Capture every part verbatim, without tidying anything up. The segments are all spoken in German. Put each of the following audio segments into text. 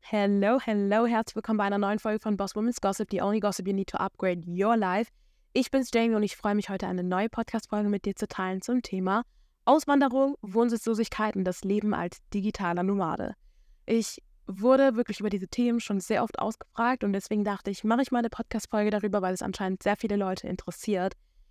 Hello, hello, herzlich willkommen bei einer neuen Folge von Boss Women's Gossip, the only gossip you need to upgrade your life. Ich bin's Jamie und ich freue mich heute eine neue Podcast-Folge mit dir zu teilen zum Thema Auswanderung, Wohnsitzlosigkeit und das Leben als digitaler Nomade. Ich wurde wirklich über diese Themen schon sehr oft ausgefragt und deswegen dachte ich, mache ich mal eine Podcast-Folge darüber, weil es anscheinend sehr viele Leute interessiert.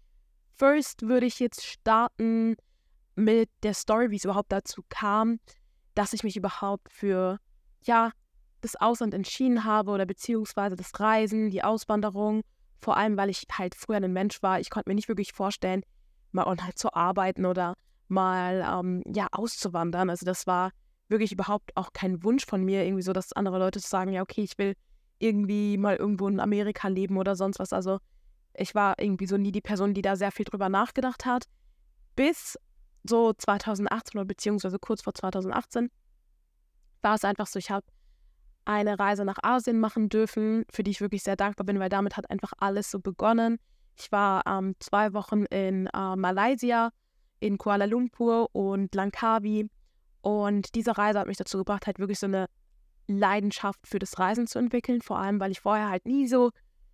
First würde ich jetzt starten mit der Story, wie es überhaupt dazu kam, dass ich mich überhaupt für, ja, das Ausland entschieden habe oder beziehungsweise das Reisen, die Auswanderung, vor allem, weil ich halt früher ein Mensch war. Ich konnte mir nicht wirklich vorstellen, mal online zu arbeiten oder mal, ähm, ja, auszuwandern. Also das war wirklich überhaupt auch kein Wunsch von mir, irgendwie so, dass andere Leute sagen, ja, okay, ich will irgendwie mal irgendwo in Amerika leben oder sonst was. Also ich war irgendwie so nie die Person, die da sehr viel drüber nachgedacht hat. Bis so zwanzig achtzehn oder beziehungsweise kurz vor zwanzig achtzehn war es einfach so, ich habe eine Reise nach Asien machen dürfen, für die ich wirklich sehr dankbar bin, weil damit hat einfach alles so begonnen. Ich war ähm, zwei Wochen in äh, Malaysia, in Kuala Lumpur und Langkawi und diese Reise hat mich dazu gebracht, halt wirklich so eine Leidenschaft für das Reisen zu entwickeln, vor allem, weil ich vorher halt nie so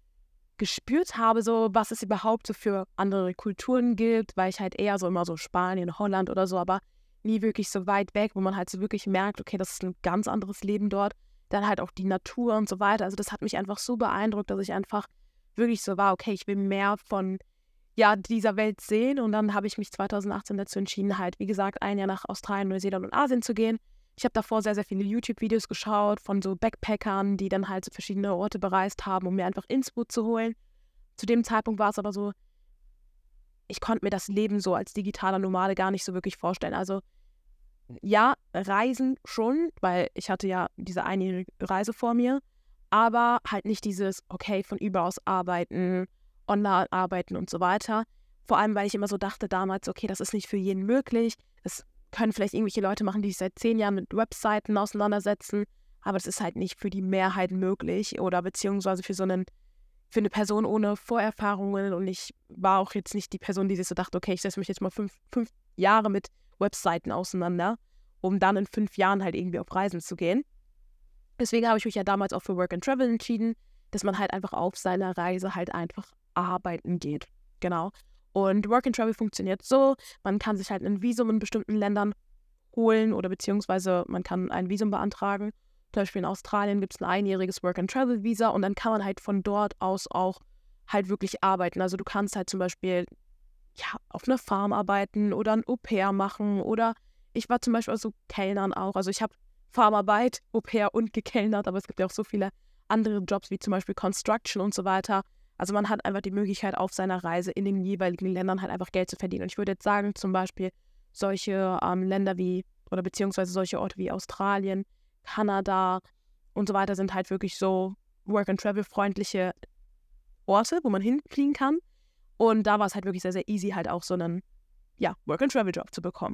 gespürt habe, so was es überhaupt so für andere Kulturen gibt, weil ich halt eher so immer so Spanien, Holland oder so, aber nie wirklich so weit weg, wo man halt so wirklich merkt, okay, das ist ein ganz anderes Leben dort. Dann halt auch die Natur und so weiter. Also das hat mich einfach so beeindruckt, dass ich einfach wirklich so war, okay, ich will mehr von ja, dieser Welt sehen. Und dann habe ich mich zwanzig achtzehn dazu entschieden, halt, wie gesagt, ein Jahr nach Australien, Neuseeland und Asien zu gehen. Ich habe davor sehr, sehr viele YouTube-Videos geschaut von so Backpackern, die dann halt so verschiedene Orte bereist haben, um mir einfach Inspo zu holen. Zu dem Zeitpunkt war es aber so, ich konnte mir das Leben so als digitaler Nomade gar nicht so wirklich vorstellen. Also ja, Reisen schon, weil ich hatte ja diese einjährige Reise vor mir, aber halt nicht dieses, okay, von überaus arbeiten, online arbeiten und so weiter. Vor allem, weil ich immer so dachte damals, okay, das ist nicht für jeden möglich. Das können vielleicht irgendwelche Leute machen, die sich seit zehn Jahren mit Webseiten auseinandersetzen, aber das ist halt nicht für die Mehrheit möglich oder beziehungsweise für so einen, für eine Person ohne Vorerfahrungen und ich war auch jetzt nicht die Person, die sich so dachte, okay, ich setze mich jetzt mal fünf, fünf Jahre mit Webseiten auseinander, um dann in fünf Jahren halt irgendwie auf Reisen zu gehen. Deswegen habe ich mich ja damals auch für Work and Travel entschieden, dass man halt einfach auf seiner Reise halt einfach arbeiten geht. Genau. Und Work and Travel funktioniert so, man kann sich halt ein Visum in bestimmten Ländern holen oder beziehungsweise man kann ein Visum beantragen. Zum Beispiel in Australien gibt es ein einjähriges Work and Travel Visa und dann kann man halt von dort aus auch halt wirklich arbeiten. Also du kannst halt zum Beispiel ja, auf einer Farm arbeiten oder ein Au-pair machen oder ich war zum Beispiel auch so Kellnern auch. Also ich habe Farmarbeit, Au-pair und gekellnert, aber es gibt ja auch so viele andere Jobs wie zum Beispiel Construction und so weiter. Also man hat einfach die Möglichkeit auf seiner Reise in den jeweiligen Ländern halt einfach Geld zu verdienen. Und ich würde jetzt sagen, zum Beispiel solche ähm, Länder wie oder beziehungsweise solche Orte wie Australien, Kanada und so weiter sind halt wirklich so Work-and-Travel-freundliche Orte, wo man hinfliegen kann. Und da war es halt wirklich sehr, sehr easy, halt auch so einen ja, Work-and-Travel-Job zu bekommen.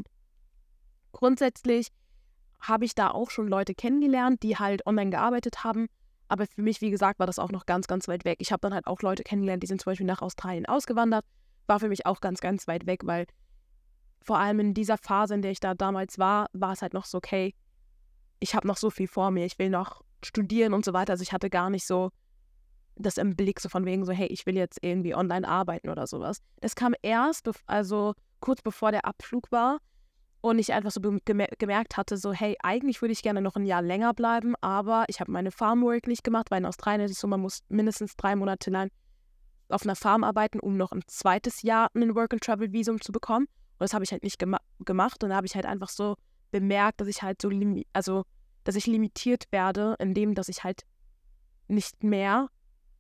Grundsätzlich habe ich da auch schon Leute kennengelernt, die halt online gearbeitet haben. Aber für mich, wie gesagt, war das auch noch ganz, ganz weit weg. Ich habe dann halt auch Leute kennengelernt, die sind zum Beispiel nach Australien ausgewandert. War für mich auch ganz, ganz weit weg, weil vor allem in dieser Phase, in der ich da damals war, war es halt noch so, okay, ich habe noch so viel vor mir, ich will noch studieren und so weiter. Also ich hatte gar nicht so das im Blick, so von wegen so, hey, ich will jetzt irgendwie online arbeiten oder sowas. Das kam erst, also kurz bevor der Abflug war und ich einfach so gemer- gemerkt hatte, so, hey, eigentlich würde ich gerne noch ein Jahr länger bleiben, aber ich habe meine Farmwork nicht gemacht, weil in Australien ist es so, man muss mindestens drei Monate lang auf einer Farm arbeiten, um noch ein zweites Jahr ein Work-and-Travel-Visum zu bekommen. Und das habe ich halt nicht gema- gemacht und da habe ich halt einfach so bemerkt, dass ich halt so, limi- also, dass ich limitiert werde, indem, dass ich halt nicht mehr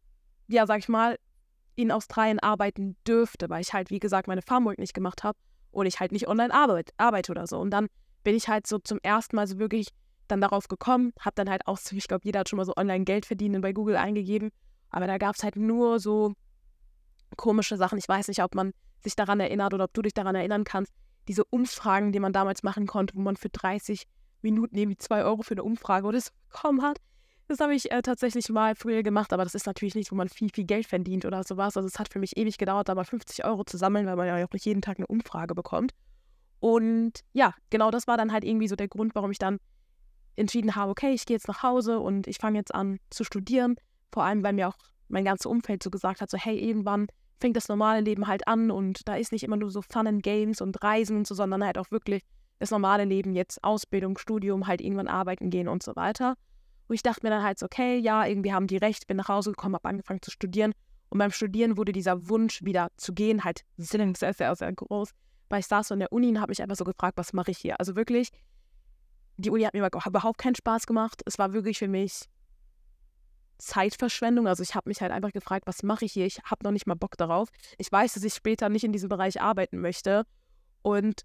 ja, sag ich mal, in Australien arbeiten dürfte, weil ich halt, wie gesagt, meine Farmwork nicht gemacht habe und ich halt nicht online arbeit, arbeite oder so. Und dann bin ich halt so zum ersten Mal so wirklich dann darauf gekommen, habe dann halt auch, so, ich glaube, jeder hat schon mal so online Geld verdienen bei Google eingegeben, aber da gab es halt nur so komische Sachen. Ich weiß nicht, ob man sich daran erinnert oder ob du dich daran erinnern kannst, diese Umfragen, die man damals machen konnte, wo man für dreißig Minuten irgendwie zwei Euro für eine Umfrage oder so bekommen hat. Das habe ich äh, tatsächlich mal früher gemacht, aber das ist natürlich nicht, wo man viel, viel Geld verdient oder sowas. Also es hat für mich ewig gedauert, da mal fünfzig Euro zu sammeln, weil man ja auch nicht jeden Tag eine Umfrage bekommt. Und ja, genau das war dann halt irgendwie so der Grund, warum ich dann entschieden habe, okay, ich gehe jetzt nach Hause und ich fange jetzt an zu studieren. Vor allem, weil mir auch mein ganzes Umfeld so gesagt hat, so hey, irgendwann fängt das normale Leben halt an und da ist nicht immer nur so Fun and Games und Reisen und so, sondern halt auch wirklich das normale Leben, jetzt Ausbildung, Studium, halt irgendwann arbeiten gehen und so weiter. Und ich dachte mir dann halt so, okay, ja, irgendwie haben die recht, bin nach Hause gekommen, habe angefangen zu studieren. Und beim Studieren wurde dieser Wunsch, wieder zu gehen, halt sehr, sehr, sehr, sehr groß. Weil ich saß so in der Uni und habe mich einfach so gefragt, was mache ich hier? Also wirklich, die Uni hat mir überhaupt keinen Spaß gemacht. Es war wirklich für mich Zeitverschwendung. Also ich habe mich halt einfach gefragt, was mache ich hier? Ich habe noch nicht mal Bock darauf. Ich weiß, dass ich später nicht in diesem Bereich arbeiten möchte. Und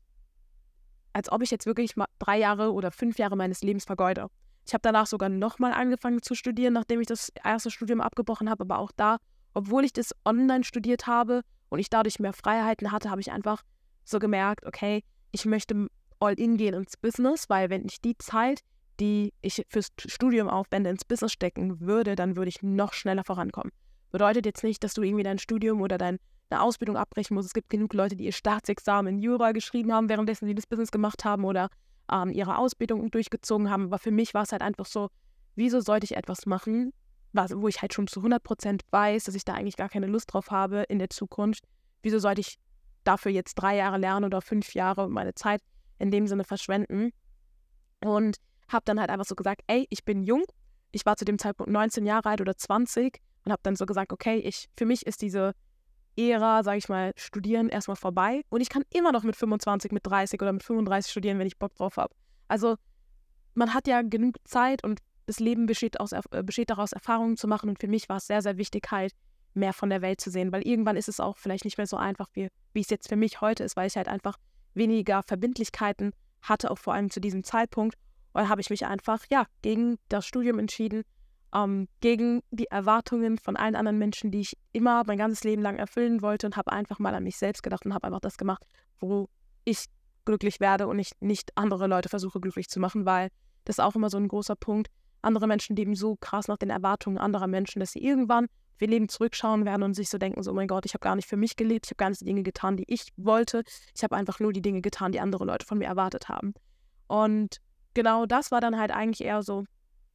als ob ich jetzt wirklich mal drei Jahre oder fünf Jahre meines Lebens vergeude. Ich habe danach sogar nochmal angefangen zu studieren, nachdem ich das erste Studium abgebrochen habe. Aber auch da, obwohl ich das online studiert habe und ich dadurch mehr Freiheiten hatte, habe ich einfach so gemerkt, okay, ich möchte all in gehen ins Business, weil wenn ich die Zeit, die ich fürs Studium aufwende, ins Business stecken würde, dann würde ich noch schneller vorankommen. Bedeutet jetzt nicht, dass du irgendwie dein Studium oder deine Ausbildung abbrechen musst. Es gibt genug Leute, die ihr Staatsexamen in Jura geschrieben haben, währenddessen sie das Business gemacht haben oder ähm, ihre Ausbildung durchgezogen haben. Aber für mich war es halt einfach so, wieso sollte ich etwas machen, was, wo ich halt schon zu hundert Prozent weiß, dass ich da eigentlich gar keine Lust drauf habe in der Zukunft. Wieso sollte ich dafür jetzt drei Jahre lernen oder fünf Jahre meine Zeit in dem Sinne verschwenden? Und habe dann halt einfach so gesagt, ey, ich bin jung. Ich war zu dem Zeitpunkt neunzehn Jahre alt oder zwanzig und habe dann so gesagt, okay, ich, für mich ist diese Ära, sage ich mal, Studieren erstmal vorbei. Und ich kann immer noch mit fünfundzwanzig, mit dreißig oder mit fünfunddreißig studieren, wenn ich Bock drauf habe. Also man hat ja genug Zeit und das Leben besteht, aus, äh, besteht daraus, Erfahrungen zu machen. Und für mich war es sehr, sehr wichtig, halt mehr von der Welt zu sehen. Weil irgendwann ist es auch vielleicht nicht mehr so einfach, wie, wie es jetzt für mich heute ist, weil ich halt einfach weniger Verbindlichkeiten hatte, auch vor allem zu diesem Zeitpunkt. Und dann habe ich mich einfach, ja, gegen das Studium entschieden, ähm, gegen die Erwartungen von allen anderen Menschen, die ich immer mein ganzes Leben lang erfüllen wollte und habe einfach mal an mich selbst gedacht und habe einfach das gemacht, wo ich glücklich werde und ich nicht andere Leute versuche glücklich zu machen, weil das ist auch immer so ein großer Punkt. Andere Menschen leben so krass nach den Erwartungen anderer Menschen, dass sie irgendwann auf ihr Leben zurückschauen werden und sich so denken, so, oh mein Gott, ich habe gar nicht für mich gelebt, ich habe gar nicht die Dinge getan, die ich wollte, ich habe einfach nur die Dinge getan, die andere Leute von mir erwartet haben. Und genau das war dann halt eigentlich eher so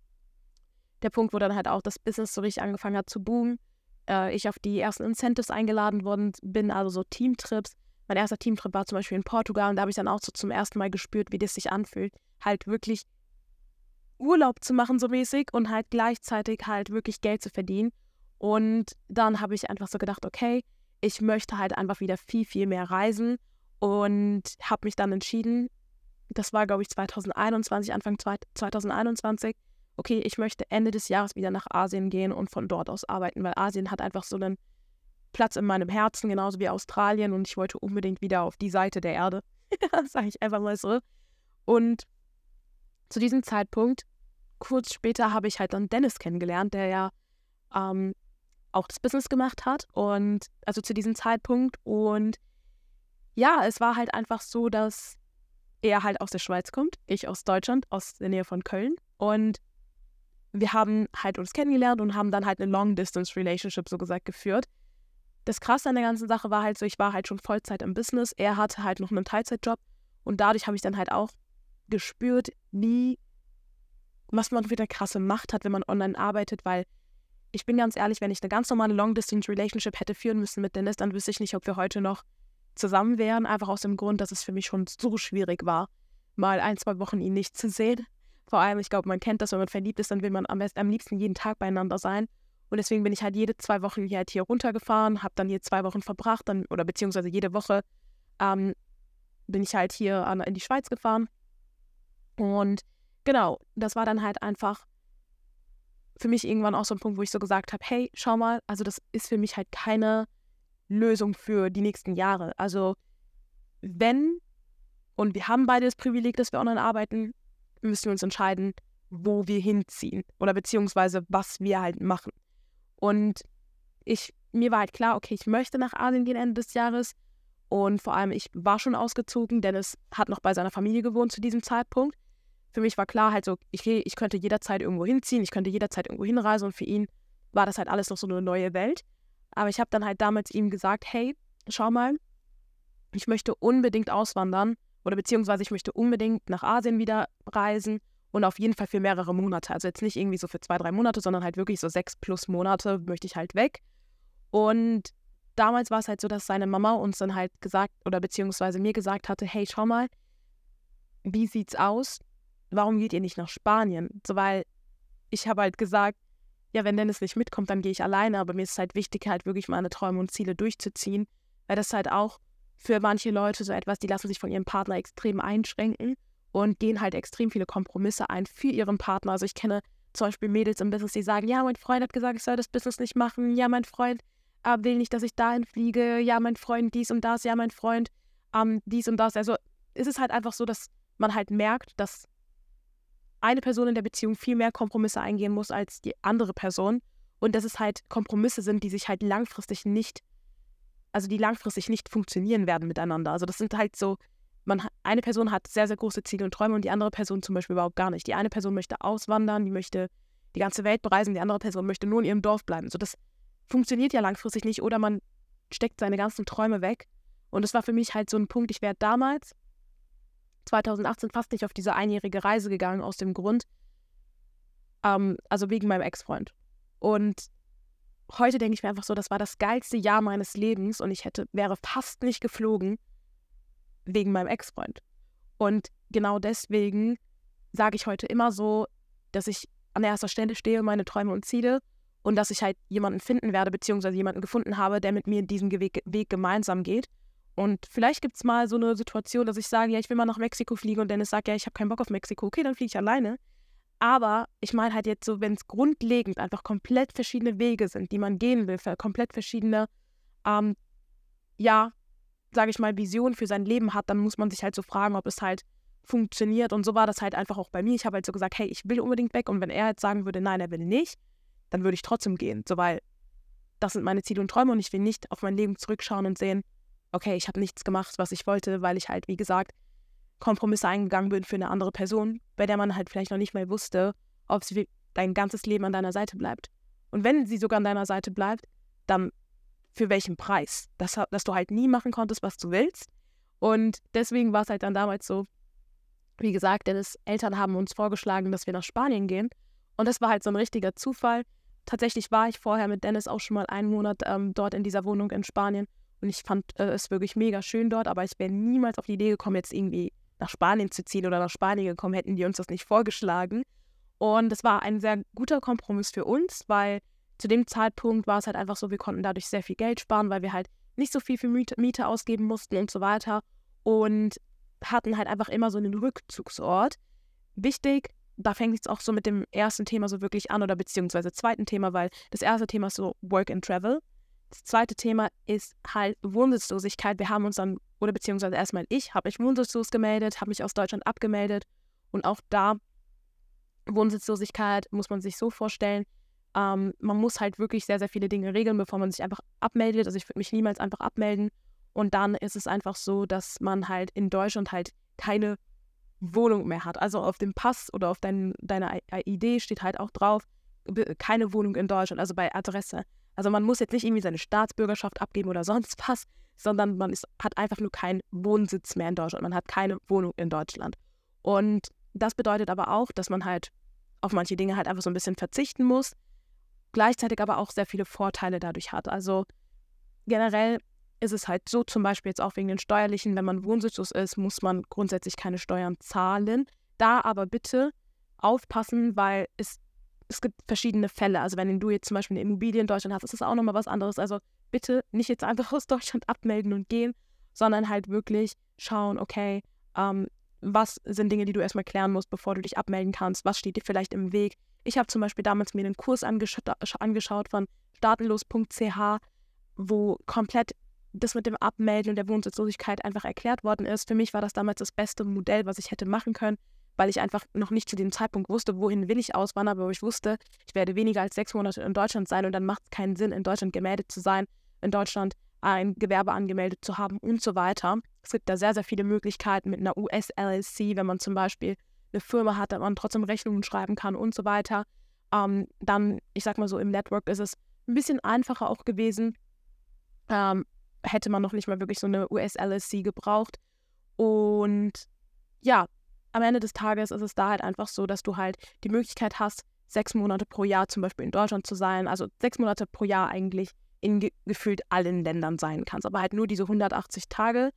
der Punkt, wo dann halt auch das Business so richtig angefangen hat zu boomen. Äh, ich auf die ersten Incentives eingeladen worden bin, also so Teamtrips. Mein erster Teamtrip war zum Beispiel in Portugal und da habe ich dann auch so zum ersten Mal gespürt, wie das sich anfühlt, halt wirklich Urlaub zu machen so mäßig und halt gleichzeitig halt wirklich Geld zu verdienen. Und dann habe ich einfach so gedacht, okay, ich möchte halt einfach wieder viel, viel mehr reisen und habe mich dann entschieden, das war glaube ich zwanzig einundzwanzig, Anfang zwanzig einundzwanzig, okay, ich möchte Ende des Jahres wieder nach Asien gehen und von dort aus arbeiten, weil Asien hat einfach so einen Platz in meinem Herzen, genauso wie Australien und ich wollte unbedingt wieder auf die Seite der Erde, sage ich einfach mal so. Und zu diesem Zeitpunkt, kurz später, habe ich halt dann Dennis kennengelernt, der ja ähm, auch das Business gemacht hat und also zu diesem Zeitpunkt und ja, es war halt einfach so, dass er halt aus der Schweiz kommt, ich aus Deutschland, aus der Nähe von Köln und wir haben halt uns kennengelernt und haben dann halt eine Long-Distance-Relationship so gesagt geführt. Das Krasse an der ganzen Sache war halt so, ich war halt schon Vollzeit im Business, er hatte halt noch einen Teilzeitjob und dadurch habe ich dann halt auch gespürt, wie, was man für eine krasse Macht hat, wenn man online arbeitet, weil ich bin ganz ehrlich, wenn ich eine ganz normale Long-Distance-Relationship hätte führen müssen mit Dennis, dann wüsste ich nicht, ob wir heute noch zusammen wären, einfach aus dem Grund, dass es für mich schon so schwierig war, mal ein, zwei Wochen ihn nicht zu sehen. Vor allem, ich glaube, man kennt das, wenn man verliebt ist, dann will man am besten, am liebsten jeden Tag beieinander sein. Und deswegen bin ich halt jede zwei Wochen hier halt hier runtergefahren, habe dann hier zwei Wochen verbracht, dann oder beziehungsweise jede Woche ähm, bin ich halt hier an, in die Schweiz gefahren. Und genau, das war dann halt einfach für mich irgendwann auch so ein Punkt, wo ich so gesagt habe, hey, schau mal, also das ist für mich halt keine Lösung für die nächsten Jahre. Also wenn, und wir haben beide das Privileg, dass wir online arbeiten, müssen wir uns entscheiden, wo wir hinziehen oder beziehungsweise was wir halt machen. Und ich, mir war halt klar, okay, ich möchte nach Asien gehen Ende des Jahres und vor allem, ich war schon ausgezogen, Dennis hat noch bei seiner Familie gewohnt zu diesem Zeitpunkt. Für mich war klar halt so, ich, ich könnte jederzeit irgendwo hinziehen, ich könnte jederzeit irgendwo hinreisen und für ihn war das halt alles noch so eine neue Welt. Aber ich habe dann halt damals ihm gesagt, hey, schau mal, ich möchte unbedingt auswandern oder beziehungsweise ich möchte unbedingt nach Asien wieder reisen und auf jeden Fall für mehrere Monate. Also jetzt nicht irgendwie so für zwei, drei Monate, sondern halt wirklich so sechs plus Monate möchte ich halt weg. Und damals war es halt so, dass seine Mama uns dann halt gesagt oder beziehungsweise mir gesagt hatte, hey, schau mal, wie sieht's aus? Warum geht ihr nicht nach Spanien? So, weil ich habe halt gesagt, ja, wenn Dennis nicht mitkommt, dann gehe ich alleine, aber mir ist es halt wichtig, halt wirklich meine Träume und Ziele durchzuziehen, weil das halt auch für manche Leute so etwas, die lassen sich von ihrem Partner extrem einschränken und gehen halt extrem viele Kompromisse ein für ihren Partner. Also ich kenne zum Beispiel Mädels im Business, die sagen, ja, mein Freund hat gesagt, ich soll das Business nicht machen, ja, mein Freund äh, will nicht, dass ich dahin fliege, ja, mein Freund dies und das, ja, mein Freund ähm, dies und das. Also ist es halt einfach so, dass man halt merkt, dass eine Person in der Beziehung viel mehr Kompromisse eingehen muss als die andere Person und dass es halt Kompromisse sind, die sich halt langfristig nicht, also die langfristig nicht funktionieren werden miteinander. Also das sind halt so, man, eine Person hat sehr, sehr große Ziele und Träume und die andere Person zum Beispiel überhaupt gar nicht. Die eine Person möchte auswandern, die möchte die ganze Welt bereisen, die andere Person möchte nur in ihrem Dorf bleiben. So, das funktioniert ja langfristig nicht oder man steckt seine ganzen Träume weg. Und das war für mich halt so ein Punkt, ich wäre damals zwanzig achtzehn fast nicht auf diese einjährige Reise gegangen, aus dem Grund, ähm, also wegen meinem Ex-Freund. Und heute denke ich mir einfach so, das war das geilste Jahr meines Lebens und ich hätte, wäre fast nicht geflogen wegen meinem Ex-Freund. Und genau deswegen sage ich heute immer so, dass ich an erster Stelle stehe, meine Träume und Ziele und dass ich halt jemanden finden werde, beziehungsweise jemanden gefunden habe, der mit mir diesen Weg, Weg gemeinsam geht. Und vielleicht gibt es mal so eine Situation, dass ich sage, ja, ich will mal nach Mexiko fliegen und Dennis sagt, ja, ich habe keinen Bock auf Mexiko. Okay, dann fliege ich alleine. Aber ich meine halt jetzt so, wenn es grundlegend einfach komplett verschiedene Wege sind, die man gehen will, für komplett verschiedene, ähm, ja, sage ich mal, Visionen für sein Leben hat, dann muss man sich halt so fragen, ob es halt funktioniert. Und so war das halt einfach auch bei mir. Ich habe halt so gesagt, hey, ich will unbedingt weg. Und wenn er jetzt sagen würde, nein, er will nicht, dann würde ich trotzdem gehen. So, weil das sind meine Ziele und Träume und ich will nicht auf mein Leben zurückschauen und sehen, okay, ich habe nichts gemacht, was ich wollte, weil ich halt, wie gesagt, Kompromisse eingegangen bin für eine andere Person, bei der man halt vielleicht noch nicht mal wusste, ob sie dein ganzes Leben an deiner Seite bleibt. Und wenn sie sogar an deiner Seite bleibt, dann für welchen Preis? Dass, dass du halt nie machen konntest, was du willst. Und deswegen war es halt dann damals so, wie gesagt, Dennis' Eltern haben uns vorgeschlagen, dass wir nach Spanien gehen. Und das war halt so ein richtiger Zufall. Tatsächlich war ich vorher mit Dennis auch schon mal einen Monat ähm, dort in dieser Wohnung in Spanien. Und ich fand äh, es wirklich mega schön dort, aber ich wäre niemals auf die Idee gekommen, jetzt irgendwie nach Spanien zu ziehen oder nach Spanien gekommen, hätten die uns das nicht vorgeschlagen. Und das war ein sehr guter Kompromiss für uns, weil zu dem Zeitpunkt war es halt einfach so, wir konnten dadurch sehr viel Geld sparen, weil wir halt nicht so viel für Miete, Miete ausgeben mussten und so weiter und hatten halt einfach immer so einen Rückzugsort. Wichtig, da fängt es auch so mit dem ersten Thema so wirklich an oder beziehungsweise zweiten Thema, weil das erste Thema ist so Work and Travel. Das zweite Thema ist halt Wohnsitzlosigkeit. Wir haben uns dann, oder beziehungsweise erstmal ich, habe mich wohnsitzlos gemeldet, habe mich aus Deutschland abgemeldet und auch da Wohnsitzlosigkeit muss man sich so vorstellen, ähm, man muss halt wirklich sehr, sehr viele Dinge regeln, bevor man sich einfach abmeldet. Also ich würde mich niemals einfach abmelden und dann ist es einfach so, dass man halt in Deutschland halt keine Wohnung mehr hat. Also auf dem Pass oder auf dein, deiner I D steht halt auch drauf, keine Wohnung in Deutschland, also bei Adresse. Also man muss jetzt nicht irgendwie seine Staatsbürgerschaft abgeben oder sonst was, sondern man ist, hat einfach nur keinen Wohnsitz mehr in Deutschland. Man hat keine Wohnung in Deutschland. Und das bedeutet aber auch, dass man halt auf manche Dinge halt einfach so ein bisschen verzichten muss, gleichzeitig aber auch sehr viele Vorteile dadurch hat. Also generell ist es halt so, zum Beispiel jetzt auch wegen den Steuerlichen, wenn man wohnsitzlos ist, muss man grundsätzlich keine Steuern zahlen. Da aber bitte aufpassen, weil es Es gibt verschiedene Fälle. Also wenn du jetzt zum Beispiel eine Immobilie in Deutschland hast, ist das auch nochmal was anderes. Also bitte nicht jetzt einfach aus Deutschland abmelden und gehen, sondern halt wirklich schauen, okay, ähm, was sind Dinge, die du erstmal klären musst, bevor du dich abmelden kannst? Was steht dir vielleicht im Weg? Ich habe zum Beispiel damals mir einen Kurs angesch angeschaut von staatenlos punkt c h, wo komplett das mit dem Abmelden und der Wohnsitzlosigkeit einfach erklärt worden ist. Für mich war das damals das beste Modell, was ich hätte machen können, weil ich einfach noch nicht zu dem Zeitpunkt wusste, wohin will ich auswandern, aber ich wusste, ich werde weniger als sechs Monate in Deutschland sein und dann macht es keinen Sinn, in Deutschland gemeldet zu sein, in Deutschland ein Gewerbe angemeldet zu haben und so weiter. Es gibt da sehr, sehr viele Möglichkeiten mit einer U S L L C, wenn man zum Beispiel eine Firma hat, dass man trotzdem Rechnungen schreiben kann und so weiter. Ähm, dann, ich sag mal so, im Network ist es ein bisschen einfacher auch gewesen. Ähm, hätte man noch nicht mal wirklich so eine U S L L C gebraucht. Und ja, am Ende des Tages ist es da halt einfach so, dass du halt die Möglichkeit hast, sechs Monate pro Jahr zum Beispiel in Deutschland zu sein, also sechs Monate pro Jahr eigentlich in ge- gefühlt allen Ländern sein kannst, aber halt nur diese hundertachtzig Tage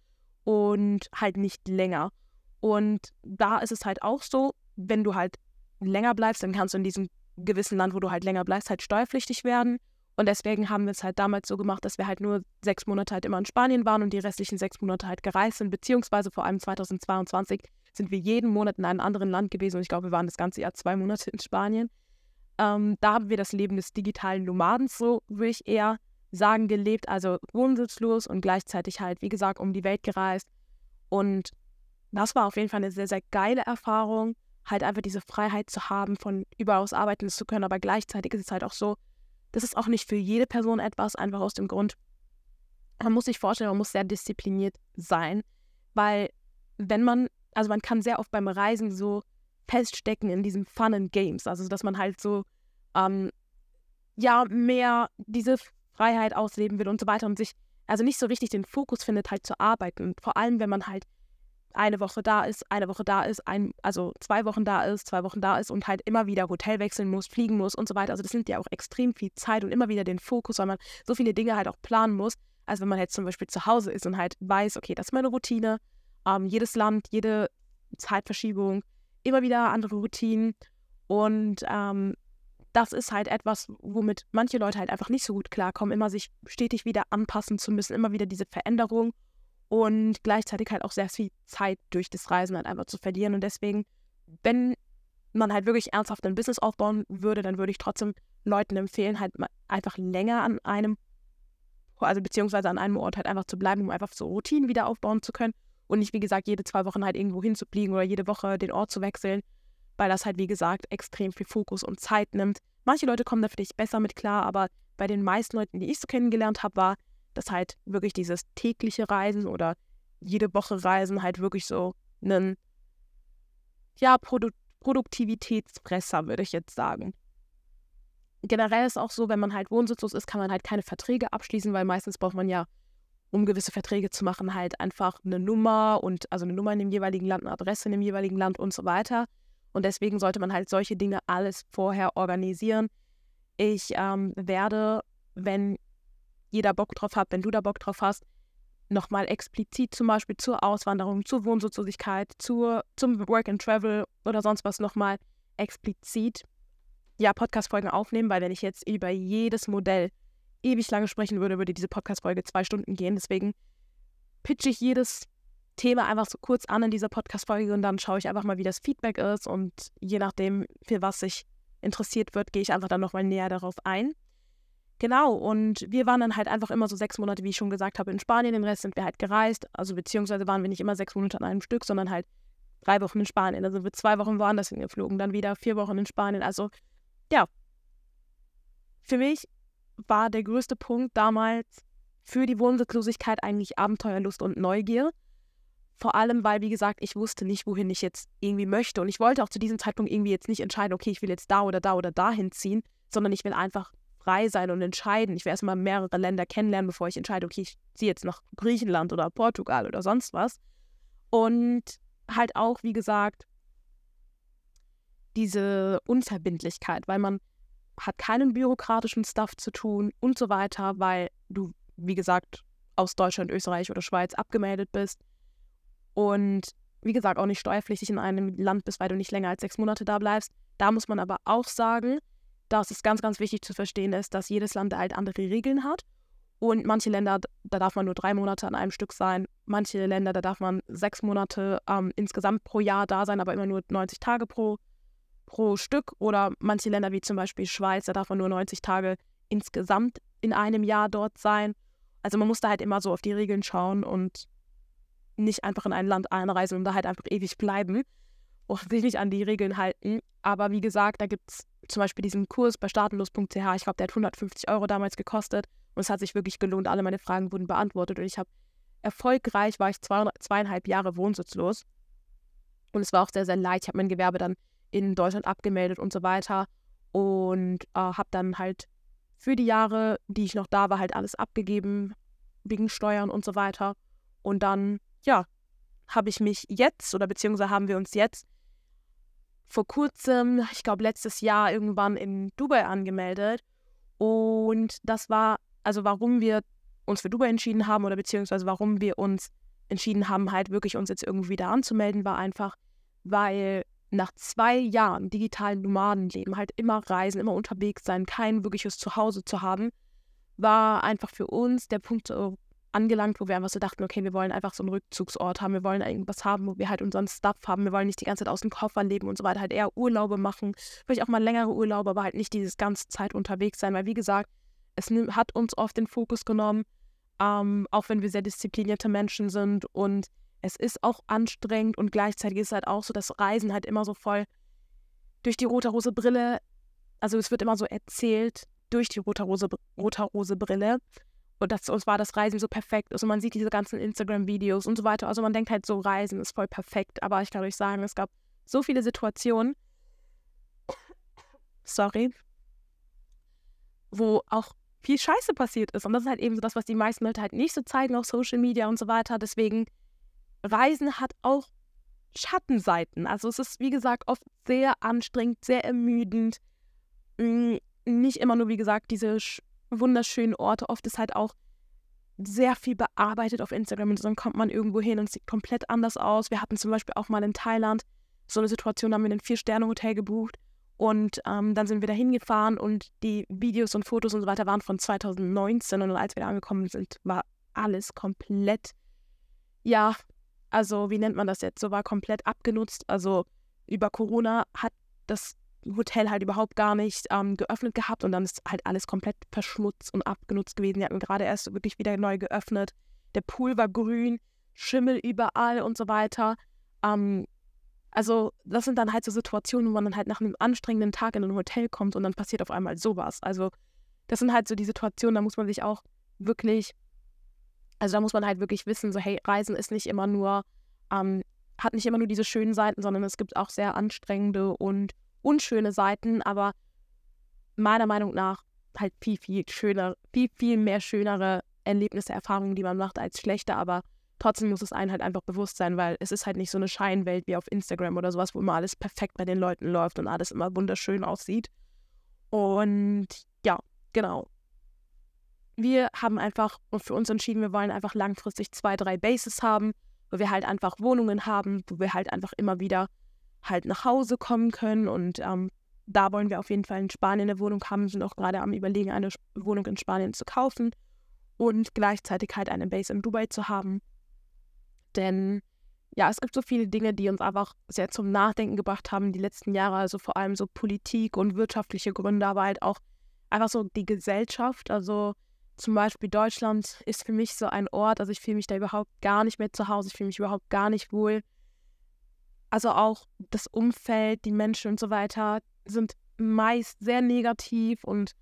und halt nicht länger. Und da ist es halt auch so, wenn du halt länger bleibst, dann kannst du in diesem gewissen Land, wo du halt länger bleibst, halt steuerpflichtig werden. Und deswegen haben wir es halt damals so gemacht, dass wir halt nur sechs Monate halt immer in Spanien waren und die restlichen sechs Monate halt gereist sind, beziehungsweise vor allem zweitausendzweiundzwanzig sind wir jeden Monat in einem anderen Land gewesen und ich glaube, wir waren das ganze Jahr zwei Monate in Spanien. Ähm, da haben wir das Leben des digitalen Nomadens, so würde ich eher sagen, gelebt, also wohnsitzlos und gleichzeitig halt, wie gesagt, um die Welt gereist. Und das war auf jeden Fall eine sehr, sehr geile Erfahrung, halt einfach diese Freiheit zu haben, von überall aus arbeiten zu können, aber gleichzeitig ist es halt auch so, das ist auch nicht für jede Person etwas, einfach aus dem Grund, man muss sich vorstellen, man muss sehr diszipliniert sein, weil wenn man, also man kann sehr oft beim Reisen so feststecken in diesen Fun and Games, also dass man halt so, ähm, ja, mehr diese Freiheit ausleben will und so weiter und sich, also nicht so richtig den Fokus findet, halt zu arbeiten. Und vor allem, wenn man halt eine Woche da ist, eine Woche da ist, ein, also zwei Wochen da ist, zwei Wochen da ist und halt immer wieder Hotel wechseln muss, fliegen muss und so weiter. Also das nimmt ja auch extrem viel Zeit und immer wieder den Fokus, weil man so viele Dinge halt auch planen muss, als wenn man jetzt zum Beispiel zu Hause ist und halt weiß, okay, das ist meine Routine, ähm, jedes Land, jede Zeitverschiebung, immer wieder andere Routinen und ähm, das ist halt etwas, womit manche Leute halt einfach nicht so gut klarkommen, immer sich stetig wieder anpassen zu müssen, immer wieder diese Veränderung und gleichzeitig halt auch sehr viel Zeit durch das Reisen halt einfach zu verlieren. Und deswegen, wenn man halt wirklich ernsthaft ein Business aufbauen würde, dann würde ich trotzdem Leuten empfehlen, halt einfach länger an einem, also beziehungsweise an einem Ort halt einfach zu bleiben, um einfach so Routinen wieder aufbauen zu können und nicht, wie gesagt, jede zwei Wochen halt irgendwo hinzufliegen oder jede Woche den Ort zu wechseln, weil das halt, wie gesagt, extrem viel Fokus und Zeit nimmt. Manche Leute kommen da vielleicht besser mit klar, aber bei den meisten Leuten, die ich so kennengelernt habe, war dass halt wirklich dieses tägliche Reisen oder jede Woche Reisen halt wirklich so einen, ja, Produ- Produktivitätsfresser, würde ich jetzt sagen. Generell ist auch so, wenn man halt wohnsitzlos ist, kann man halt keine Verträge abschließen, weil meistens braucht man ja, um gewisse Verträge zu machen, halt einfach eine Nummer und also eine Nummer in dem jeweiligen Land, eine Adresse in dem jeweiligen Land und so weiter. Und deswegen sollte man halt solche Dinge alles vorher organisieren. Ich ähm, werde, wenn jeder Bock drauf hat, wenn du da Bock drauf hast, nochmal explizit zum Beispiel zur Auswanderung, zur Wohnsitzlosigkeit, zur, zum Work and Travel oder sonst was nochmal explizit ja, Podcast-Folgen aufnehmen, weil wenn ich jetzt über jedes Modell ewig lange sprechen würde, würde diese Podcast-Folge zwei Stunden gehen. Deswegen pitche ich jedes Thema einfach so kurz an in dieser Podcast-Folge und dann schaue ich einfach mal, wie das Feedback ist und je nachdem, für was sich interessiert wird, gehe ich einfach dann nochmal näher darauf ein. Genau, und wir waren dann halt einfach immer so sechs Monate, wie ich schon gesagt habe, in Spanien. Den Rest sind wir halt gereist. Also beziehungsweise waren wir nicht immer sechs Monate an einem Stück, sondern halt drei Wochen in Spanien. Also wir zwei Wochen woanders hingeflogen, dann wieder vier Wochen in Spanien. Also ja, für mich war der größte Punkt damals für die Wohnsitzlosigkeit eigentlich Abenteuerlust und Neugier. Vor allem, weil, wie gesagt, ich wusste nicht, wohin ich jetzt irgendwie möchte. Und ich wollte auch zu diesem Zeitpunkt irgendwie jetzt nicht entscheiden, okay, ich will jetzt da oder da oder dahin ziehen, sondern ich will einfach frei sein und entscheiden. Ich will erstmal mehrere Länder kennenlernen, bevor ich entscheide, okay, ich ziehe jetzt nach Griechenland oder Portugal oder sonst was. Und halt auch, wie gesagt, diese Unverbindlichkeit, weil man hat keinen bürokratischen Stuff zu tun und so weiter, weil du, wie gesagt, aus Deutschland, Österreich oder Schweiz abgemeldet bist und, wie gesagt, auch nicht steuerpflichtig in einem Land bist, weil du nicht länger als sechs Monate da bleibst. Da muss man aber auch sagen, dass es ganz, ganz wichtig zu verstehen ist, dass jedes Land halt andere Regeln hat. Und manche Länder, da darf man nur drei Monate an einem Stück sein. Manche Länder, da darf man sechs Monate ähm, insgesamt pro Jahr da sein, aber immer nur neunzig Tage pro, pro Stück. Oder manche Länder, wie zum Beispiel Schweiz, da darf man nur neunzig Tage insgesamt in einem Jahr dort sein. Also man muss da halt immer so auf die Regeln schauen und nicht einfach in ein Land einreisen und da halt einfach ewig bleiben und sich nicht an die Regeln halten. Aber wie gesagt, da gibt es zum Beispiel diesen Kurs bei startenlos punkt c h. Ich glaube, der hat hundertfünfzig Euro damals gekostet und es hat sich wirklich gelohnt. Alle meine Fragen wurden beantwortet und ich habe erfolgreich, war ich zwei, zweieinhalb Jahre wohnsitzlos und es war auch sehr, sehr leicht. Ich habe mein Gewerbe dann in Deutschland abgemeldet und so weiter und äh, habe dann halt für die Jahre, die ich noch da war, halt alles abgegeben, wegen Steuern und so weiter. Und dann, ja, habe ich mich jetzt oder beziehungsweise haben wir uns jetzt vor kurzem, ich glaube letztes Jahr irgendwann in Dubai angemeldet. Und das war, also warum wir uns für Dubai entschieden haben oder beziehungsweise warum wir uns entschieden haben, halt wirklich uns jetzt irgendwie da anzumelden, war einfach, weil nach zwei Jahren digitalen Nomadenleben, halt immer reisen, immer unterwegs sein, kein wirkliches Zuhause zu haben, war einfach für uns der Punkt so angelangt, wo wir einfach so dachten, okay, wir wollen einfach so einen Rückzugsort haben, wir wollen irgendwas haben, wo wir halt unseren Stuff haben, wir wollen nicht die ganze Zeit aus dem Koffer leben und so weiter, halt eher Urlaube machen, vielleicht auch mal längere Urlaube, aber halt nicht dieses ganze Zeit unterwegs sein, weil wie gesagt, es nimm, hat uns oft den Fokus genommen, ähm, auch wenn wir sehr disziplinierte Menschen sind und es ist auch anstrengend und gleichzeitig ist es halt auch so, dass Reisen halt immer so voll durch die rote-rose Brille, also es wird immer so erzählt, durch die rote-rose rote-rose Brille. Und das, uns war das Reisen so perfekt. Also man sieht diese ganzen Instagram-Videos und so weiter. Also man denkt halt so, Reisen ist voll perfekt. Aber ich kann euch sagen, es gab so viele Situationen, sorry, wo auch viel Scheiße passiert ist. Und das ist halt eben so das, was die meisten Leute halt nicht so zeigen auf Social Media und so weiter. Deswegen, Reisen hat auch Schattenseiten. Also es ist, wie gesagt, oft sehr anstrengend, sehr ermüdend. Nicht immer nur, wie gesagt, diese wunderschönen Orte. Oft ist halt auch sehr viel bearbeitet auf Instagram und dann kommt man irgendwo hin und es sieht komplett anders aus. Wir hatten zum Beispiel auch mal in Thailand so eine Situation, da haben wir ein Vier-Sterne-Hotel gebucht und ähm, dann sind wir da hingefahren und die Videos und Fotos und so weiter waren von zwanzig neunzehn und als wir da angekommen sind, war alles komplett, ja, also wie nennt man das jetzt, so war komplett abgenutzt. Also über Corona hat das Hotel halt überhaupt gar nicht ähm, geöffnet gehabt und dann ist halt alles komplett verschmutzt und abgenutzt gewesen. Die hatten gerade erst wirklich wieder neu geöffnet. Der Pool war grün, Schimmel überall und so weiter. Ähm, also das sind dann halt so Situationen, wo man dann halt nach einem anstrengenden Tag in ein Hotel kommt und dann passiert auf einmal sowas. Also das sind halt so die Situationen, da muss man sich auch wirklich, also da muss man halt wirklich wissen, so hey, Reisen ist nicht immer nur, ähm, hat nicht immer nur diese schönen Seiten, sondern es gibt auch sehr anstrengende und unschöne Seiten, aber meiner Meinung nach halt viel, viel schöner, viel, viel mehr schönere Erlebnisse, Erfahrungen, die man macht, als schlechte, aber trotzdem muss es einem halt einfach bewusst sein, weil es ist halt nicht so eine Scheinwelt wie auf Instagram oder sowas, wo immer alles perfekt bei den Leuten läuft und alles immer wunderschön aussieht. Und ja, genau. Wir haben einfach für uns entschieden, wir wollen einfach langfristig zwei, drei Bases haben, wo wir halt einfach Wohnungen haben, wo wir halt einfach immer wieder halt nach Hause kommen können und ähm, da wollen wir auf jeden Fall in Spanien eine Wohnung haben, sind auch gerade am Überlegen, eine Wohnung in Spanien zu kaufen und gleichzeitig halt eine Base in Dubai zu haben. Denn ja, es gibt so viele Dinge, die uns einfach sehr zum Nachdenken gebracht haben die letzten Jahre, also vor allem so Politik und wirtschaftliche Gründe, aber halt auch einfach so die Gesellschaft, also zum Beispiel Deutschland ist für mich so ein Ort, also ich fühle mich da überhaupt gar nicht mehr zu Hause, ich fühle mich überhaupt gar nicht wohl. Also auch das Umfeld, die Menschen und so weiter sind meist sehr negativ und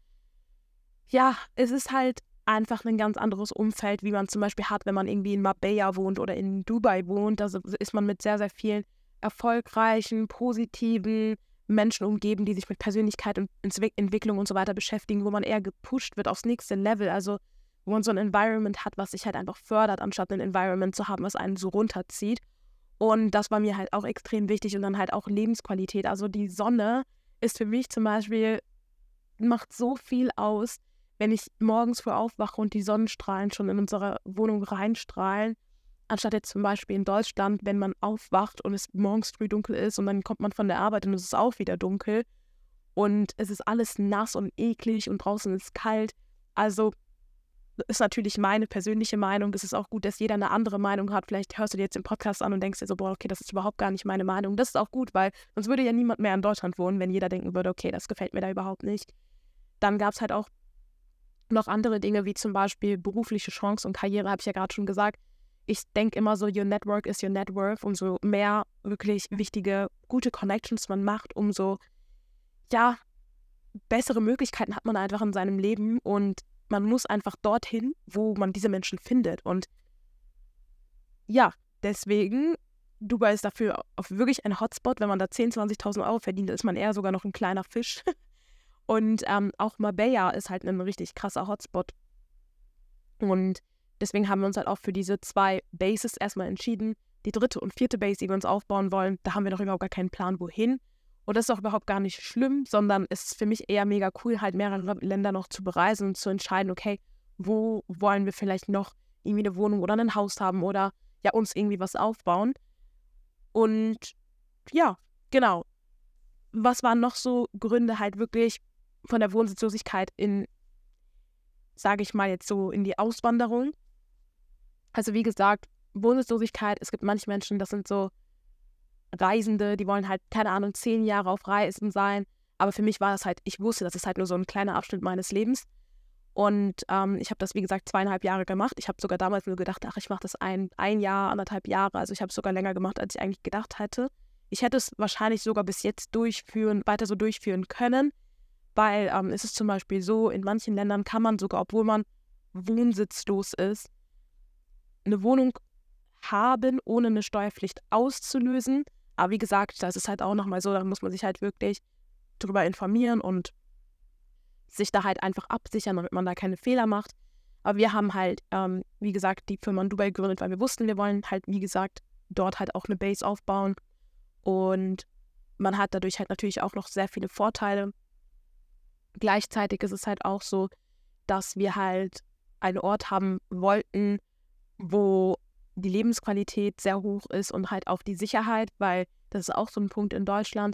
ja, es ist halt einfach ein ganz anderes Umfeld, wie man zum Beispiel hat, wenn man irgendwie in Marbella wohnt oder in Dubai wohnt. Da ist man mit sehr, sehr vielen erfolgreichen, positiven Menschen umgeben, die sich mit Persönlichkeit und Entwicklung und so weiter beschäftigen, wo man eher gepusht wird aufs nächste Level. Also wo man so ein Environment hat, was sich halt einfach fördert, anstatt ein Environment zu haben, was einen so runterzieht. Und das war mir halt auch extrem wichtig und dann halt auch Lebensqualität. Also die Sonne ist für mich zum Beispiel, macht so viel aus, wenn ich morgens früh aufwache und die Sonnenstrahlen schon in unsere Wohnung reinstrahlen, anstatt jetzt zum Beispiel in Deutschland, wenn man aufwacht und es morgens früh dunkel ist und dann kommt man von der Arbeit und es ist auch wieder dunkel und es ist alles nass und eklig und draußen ist kalt. Also ist natürlich meine persönliche Meinung. Es ist auch gut, dass jeder eine andere Meinung hat. Vielleicht hörst du dir jetzt den Podcast an und denkst dir so, boah, okay, das ist überhaupt gar nicht meine Meinung. Das ist auch gut, weil sonst würde ja niemand mehr in Deutschland wohnen, wenn jeder denken würde, okay, das gefällt mir da überhaupt nicht. Dann gab es halt auch noch andere Dinge, wie zum Beispiel berufliche Chance und Karriere, habe ich ja gerade schon gesagt. Ich denke immer so, your network is your net worth. Umso mehr wirklich wichtige, gute Connections man macht, umso, ja, bessere Möglichkeiten hat man einfach in seinem Leben und man muss einfach dorthin, wo man diese Menschen findet. Und ja, deswegen, Dubai ist dafür auch wirklich ein Hotspot. Wenn man da zehntausend, zwanzigtausend Euro verdient, ist man eher sogar noch ein kleiner Fisch. Und ähm, auch Marbella ist halt ein richtig krasser Hotspot. Und deswegen haben wir uns halt auch für diese zwei Bases erstmal entschieden. die dritte und vierte Base, die wir uns aufbauen wollen, da haben wir noch überhaupt gar keinen Plan, wohin. Und das ist auch überhaupt gar nicht schlimm, sondern es ist für mich eher mega cool, halt mehrere Länder noch zu bereisen und zu entscheiden, okay, wo wollen wir vielleicht noch irgendwie eine Wohnung oder ein Haus haben oder ja uns irgendwie was aufbauen. Und ja, genau. Was waren noch so Gründe halt wirklich von der Wohnsitzlosigkeit in, sage ich mal jetzt so, in die Auswanderung? Also wie gesagt, Wohnsitzlosigkeit, es gibt manche Menschen, das sind so Reisende, die wollen halt, keine Ahnung, zehn Jahre auf Reisen sein. Aber für mich war das halt, ich wusste, das ist halt nur so ein kleiner Abschnitt meines Lebens. Und ähm, ich habe das, wie gesagt, zweieinhalb Jahre gemacht. Ich habe sogar damals nur gedacht, ach, ich mache das ein, ein Jahr, anderthalb Jahre. Also ich habe es sogar länger gemacht, als ich eigentlich gedacht hätte. Ich hätte es wahrscheinlich sogar bis jetzt durchführen, weiter so durchführen können, weil ähm, es ist zum Beispiel so, in manchen Ländern kann man sogar, obwohl man wohnsitzlos ist, eine Wohnung haben, ohne eine Steuerpflicht auszulösen. Aber wie gesagt, das ist halt auch nochmal so, da muss man sich halt wirklich drüber informieren und sich da halt einfach absichern, damit man da keine Fehler macht. Aber wir haben halt, ähm, wie gesagt, die Firma in Dubai gegründet, weil wir wussten, wir wollen halt, wie gesagt, dort halt auch eine Base aufbauen. Und man hat dadurch halt natürlich auch noch sehr viele Vorteile. Gleichzeitig ist es halt auch so, dass wir halt einen Ort haben wollten, wo die Lebensqualität sehr hoch ist und halt auch die Sicherheit, weil das ist auch so ein Punkt in Deutschland.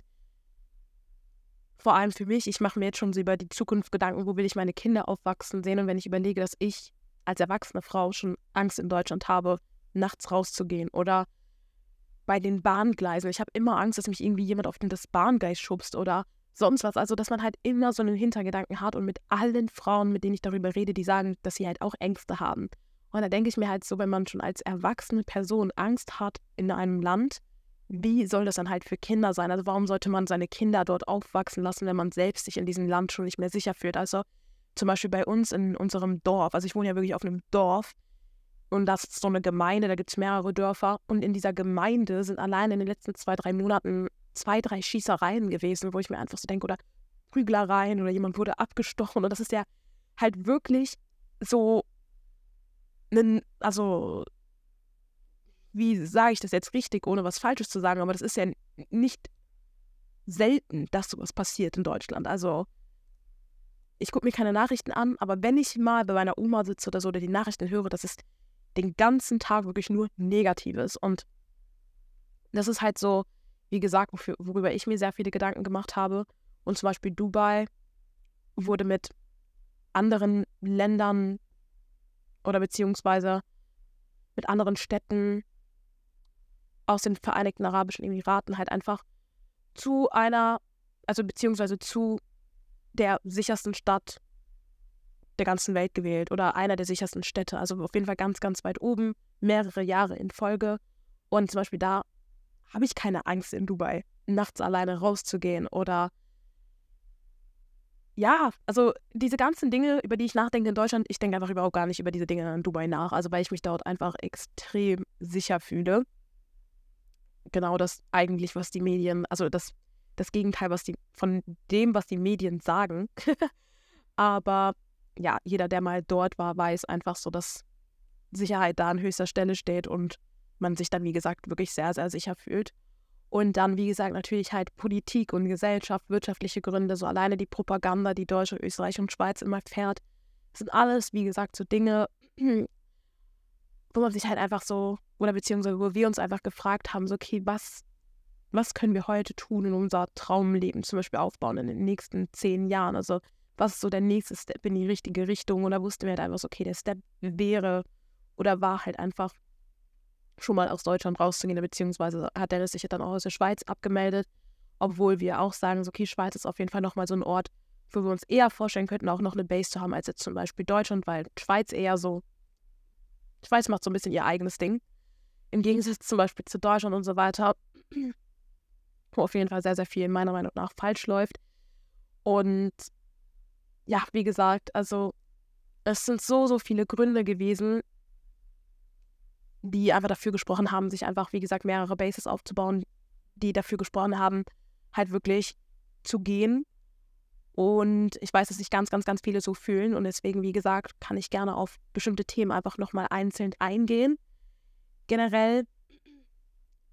Vor allem für mich, ich mache mir jetzt schon so über die Zukunft Gedanken, wo will ich meine Kinder aufwachsen sehen. Und wenn ich überlege, dass ich als erwachsene Frau schon Angst in Deutschland habe, nachts rauszugehen oder bei den Bahngleisen. Ich habe immer Angst, dass mich irgendwie jemand auf das Bahngleis schubst oder sonst was. Also, dass man halt immer so einen Hintergedanken hat und mit allen Frauen, mit denen ich darüber rede, die sagen, dass sie halt auch Ängste haben. Und da denke ich mir halt so, wenn man schon als erwachsene Person Angst hat in einem Land, wie soll das dann halt für Kinder sein? Also warum sollte man seine Kinder dort aufwachsen lassen, wenn man selbst sich in diesem Land schon nicht mehr sicher fühlt? Also zum Beispiel bei uns in unserem Dorf, also ich wohne ja wirklich auf einem Dorf und das ist so eine Gemeinde, da gibt es mehrere Dörfer und in dieser Gemeinde sind allein in den letzten zwei, drei Monaten zwei, drei Schießereien gewesen, wo ich mir einfach so denke, oder Prüglereien oder jemand wurde abgestochen und das ist ja halt wirklich so, ein, also wie sage ich das jetzt richtig, ohne was Falsches zu sagen, aber das ist ja nicht selten, dass sowas passiert in Deutschland. Also ich gucke mir keine Nachrichten an, aber wenn ich mal bei meiner Oma sitze oder so oder die Nachrichten höre, das ist den ganzen Tag wirklich nur Negatives. Und das ist halt so, wie gesagt, wofür, worüber ich mir sehr viele Gedanken gemacht habe. Und zum Beispiel Dubai wurde mit anderen Ländern oder beziehungsweise mit anderen Städten aus den Vereinigten Arabischen Emiraten halt einfach zu einer, also beziehungsweise zu der sichersten Stadt der ganzen Welt gewählt oder einer der sichersten Städte. Also auf jeden Fall ganz, ganz weit oben, mehrere Jahre in Folge. Und zum Beispiel da habe ich keine Angst in Dubai, nachts alleine rauszugehen oder ja, also diese ganzen Dinge, über die ich nachdenke in Deutschland, ich denke einfach überhaupt gar nicht über diese Dinge in Dubai nach, also weil ich mich dort einfach extrem sicher fühle. Genau das eigentlich, was die Medien, also das, das Gegenteil, was die, von dem, was die Medien sagen. Aber ja, jeder, der mal dort war, weiß einfach so, dass Sicherheit da an höchster Stelle steht und man sich dann, wie gesagt, wirklich sehr, sehr sicher fühlt. Und dann, wie gesagt, natürlich halt Politik und Gesellschaft, wirtschaftliche Gründe, so alleine die Propaganda, die Deutschland, Österreich und Schweiz immer fährt, das sind alles, wie gesagt, so Dinge, wo man sich halt einfach so, oder beziehungsweise wo wir uns einfach gefragt haben, so okay, was, was können wir heute tun in unser Traumleben zum Beispiel aufbauen in den nächsten zehn Jahren? Also was ist so der nächste Step in die richtige Richtung? Und da wussten wir halt einfach so, okay, der Step wäre oder war halt einfach schon mal aus Deutschland rauszugehen, beziehungsweise hat der sich dann auch aus der Schweiz abgemeldet, obwohl wir auch sagen, so okay, Schweiz ist auf jeden Fall nochmal so ein Ort, wo wir uns eher vorstellen könnten, auch noch eine Base zu haben, als jetzt zum Beispiel Deutschland, weil Schweiz eher so, Schweiz macht so ein bisschen ihr eigenes Ding, im Gegensatz zum Beispiel zu Deutschland und so weiter, wo auf jeden Fall sehr, sehr viel meiner Meinung nach falsch läuft. Und ja, wie gesagt, also es sind so, so viele Gründe gewesen, die einfach dafür gesprochen haben, sich einfach, wie gesagt, mehrere Bases aufzubauen, die dafür gesprochen haben, halt wirklich zu gehen. Und ich weiß, dass sich ganz, ganz, ganz viele so fühlen. Und deswegen, wie gesagt, kann ich gerne auf bestimmte Themen einfach nochmal einzeln eingehen. Generell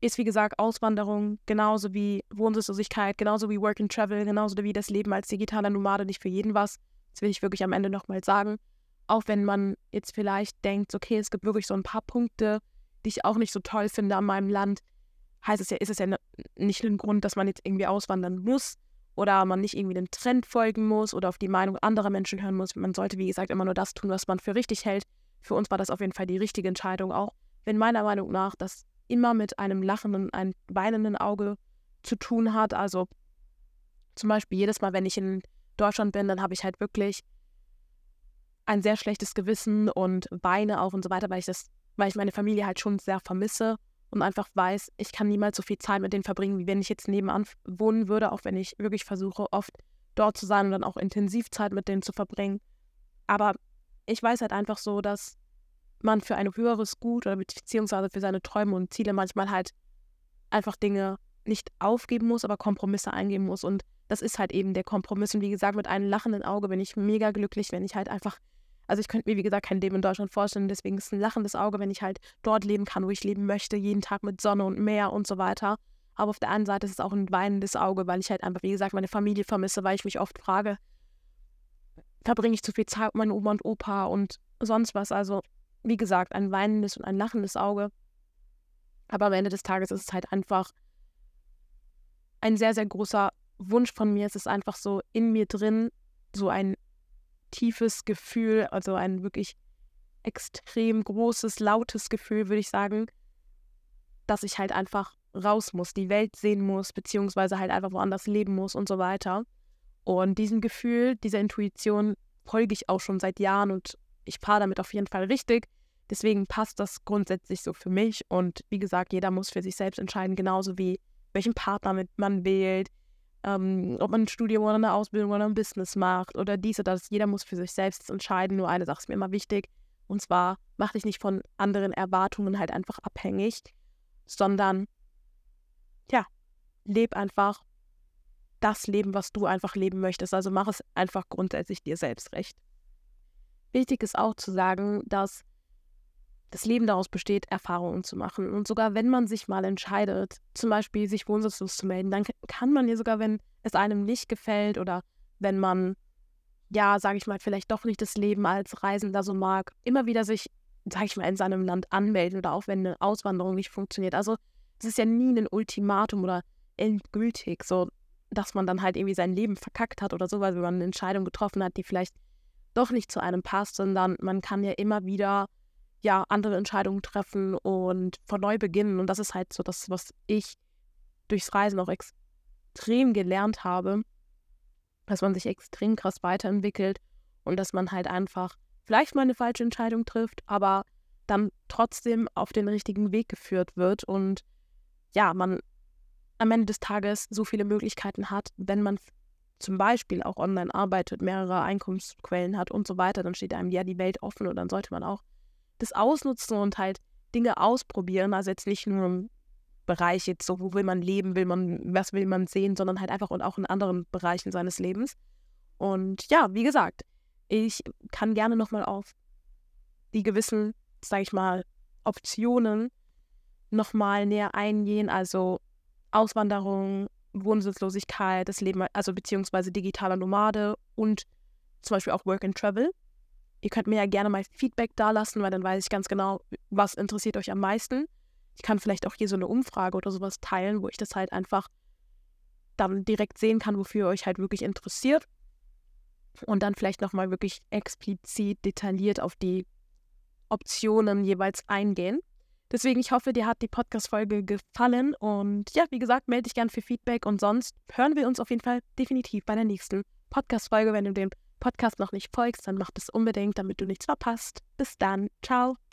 ist, wie gesagt, Auswanderung genauso wie Wohnsitzlosigkeit, genauso wie Work and Travel, genauso wie das Leben als digitaler Nomade nicht für jeden was. Das will ich wirklich am Ende nochmal sagen. Auch wenn man jetzt vielleicht denkt, okay, es gibt wirklich so ein paar Punkte, die ich auch nicht so toll finde an meinem Land, heißt es ja, ist es ja ne, nicht ein Grund, dass man jetzt irgendwie auswandern muss oder man nicht irgendwie den Trend folgen muss oder auf die Meinung anderer Menschen hören muss. Man sollte, wie gesagt, immer nur das tun, was man für richtig hält. Für uns war das auf jeden Fall die richtige Entscheidung, auch wenn meiner Meinung nach das immer mit einem lachenden, einem weinenden Auge zu tun hat. Also zum Beispiel jedes Mal, wenn ich in Deutschland bin, dann habe ich halt wirklich ein sehr schlechtes Gewissen und weine auch und so weiter, weil ich das, weil ich meine Familie halt schon sehr vermisse und einfach weiß, ich kann niemals so viel Zeit mit denen verbringen, wie wenn ich jetzt nebenan wohnen würde, auch wenn ich wirklich versuche, oft dort zu sein und dann auch intensiv Zeit mit denen zu verbringen. Aber ich weiß halt einfach so, dass man für ein höheres Gut oder beziehungsweise für seine Träume und Ziele manchmal halt einfach Dinge nicht aufgeben muss, aber Kompromisse eingehen muss. Und das ist halt eben der Kompromiss. Und wie gesagt, mit einem lachenden Auge bin ich mega glücklich, wenn ich halt einfach, also ich könnte mir, wie gesagt, kein Leben in Deutschland vorstellen. Deswegen ist es ein lachendes Auge, wenn ich halt dort leben kann, wo ich leben möchte, jeden Tag mit Sonne und Meer und so weiter. Aber auf der anderen Seite ist es auch ein weinendes Auge, weil ich halt einfach, wie gesagt, meine Familie vermisse, weil ich mich oft frage, verbringe ich zu viel Zeit mit meinen Oma und Opa und sonst was. Also wie gesagt, ein weinendes und ein lachendes Auge. Aber am Ende des Tages ist es halt einfach ein sehr, sehr großer Wunsch von mir. Es ist einfach so in mir drin, so ein tiefes Gefühl, also ein wirklich extrem großes, lautes Gefühl, würde ich sagen, dass ich halt einfach raus muss, die Welt sehen muss, beziehungsweise halt einfach woanders leben muss und so weiter. Und diesem Gefühl, dieser Intuition folge ich auch schon seit Jahren und ich fahre damit auf jeden Fall richtig. Deswegen passt das grundsätzlich so für mich. Und wie gesagt, jeder muss für sich selbst entscheiden, genauso wie welchen Partner man wählt, ähm, ob man ein Studium oder eine Ausbildung oder ein Business macht oder dies oder das. Jeder muss für sich selbst entscheiden. Nur eine Sache ist mir immer wichtig. Und zwar, mach dich nicht von anderen Erwartungen halt einfach abhängig, sondern, ja, leb einfach das Leben, was du einfach leben möchtest. Also mach es einfach grundsätzlich dir selbst recht. Wichtig ist auch zu sagen, dass das Leben daraus besteht, Erfahrungen zu machen. Und sogar wenn man sich mal entscheidet, zum Beispiel sich wohnsitzlos zu melden, dann kann man ja sogar, wenn es einem nicht gefällt oder wenn man, ja, sage ich mal, vielleicht doch nicht das Leben als Reisender so mag, immer wieder sich, sage ich mal, in seinem Land anmelden oder auch wenn eine Auswanderung nicht funktioniert. Also es ist ja nie ein Ultimatum oder endgültig, so dass man dann halt irgendwie sein Leben verkackt hat oder so, weil man eine Entscheidung getroffen hat, die vielleicht doch nicht zu einem passt, sondern man kann ja immer wieder ja, andere Entscheidungen treffen und von neu beginnen. Und das ist halt so das, was ich durchs Reisen auch extrem gelernt habe, dass man sich extrem krass weiterentwickelt und dass man halt einfach vielleicht mal eine falsche Entscheidung trifft, aber dann trotzdem auf den richtigen Weg geführt wird und ja, man am Ende des Tages so viele Möglichkeiten hat, wenn man zum Beispiel auch online arbeitet, mehrere Einkommensquellen hat und so weiter, dann steht einem ja die Welt offen und dann sollte man auch das ausnutzen und halt Dinge ausprobieren, also jetzt nicht nur im Bereich jetzt so, wo will man leben, will man, was will man sehen, sondern halt einfach und auch in anderen Bereichen seines Lebens. Und ja, wie gesagt, ich kann gerne nochmal auf die gewissen, sage ich mal, Optionen nochmal näher eingehen, also Auswanderung, Wohnsitzlosigkeit, das Leben, also beziehungsweise digitaler Nomade und zum Beispiel auch Work and Travel. Ihr könnt mir ja gerne mal Feedback dalassen, weil dann weiß ich ganz genau, was interessiert euch am meisten. Ich kann vielleicht auch hier so eine Umfrage oder sowas teilen, wo ich das halt einfach dann direkt sehen kann, wofür ihr euch halt wirklich interessiert. Und dann vielleicht nochmal wirklich explizit, detailliert auf die Optionen jeweils eingehen. Deswegen, ich hoffe, dir hat die Podcast-Folge gefallen. Und ja, wie gesagt, melde dich gerne für Feedback. Und sonst hören wir uns auf jeden Fall definitiv bei der nächsten Podcast-Folge. Wenn du dem Podcast noch nicht folgst, dann mach das unbedingt, damit du nichts verpasst. Bis dann. Ciao.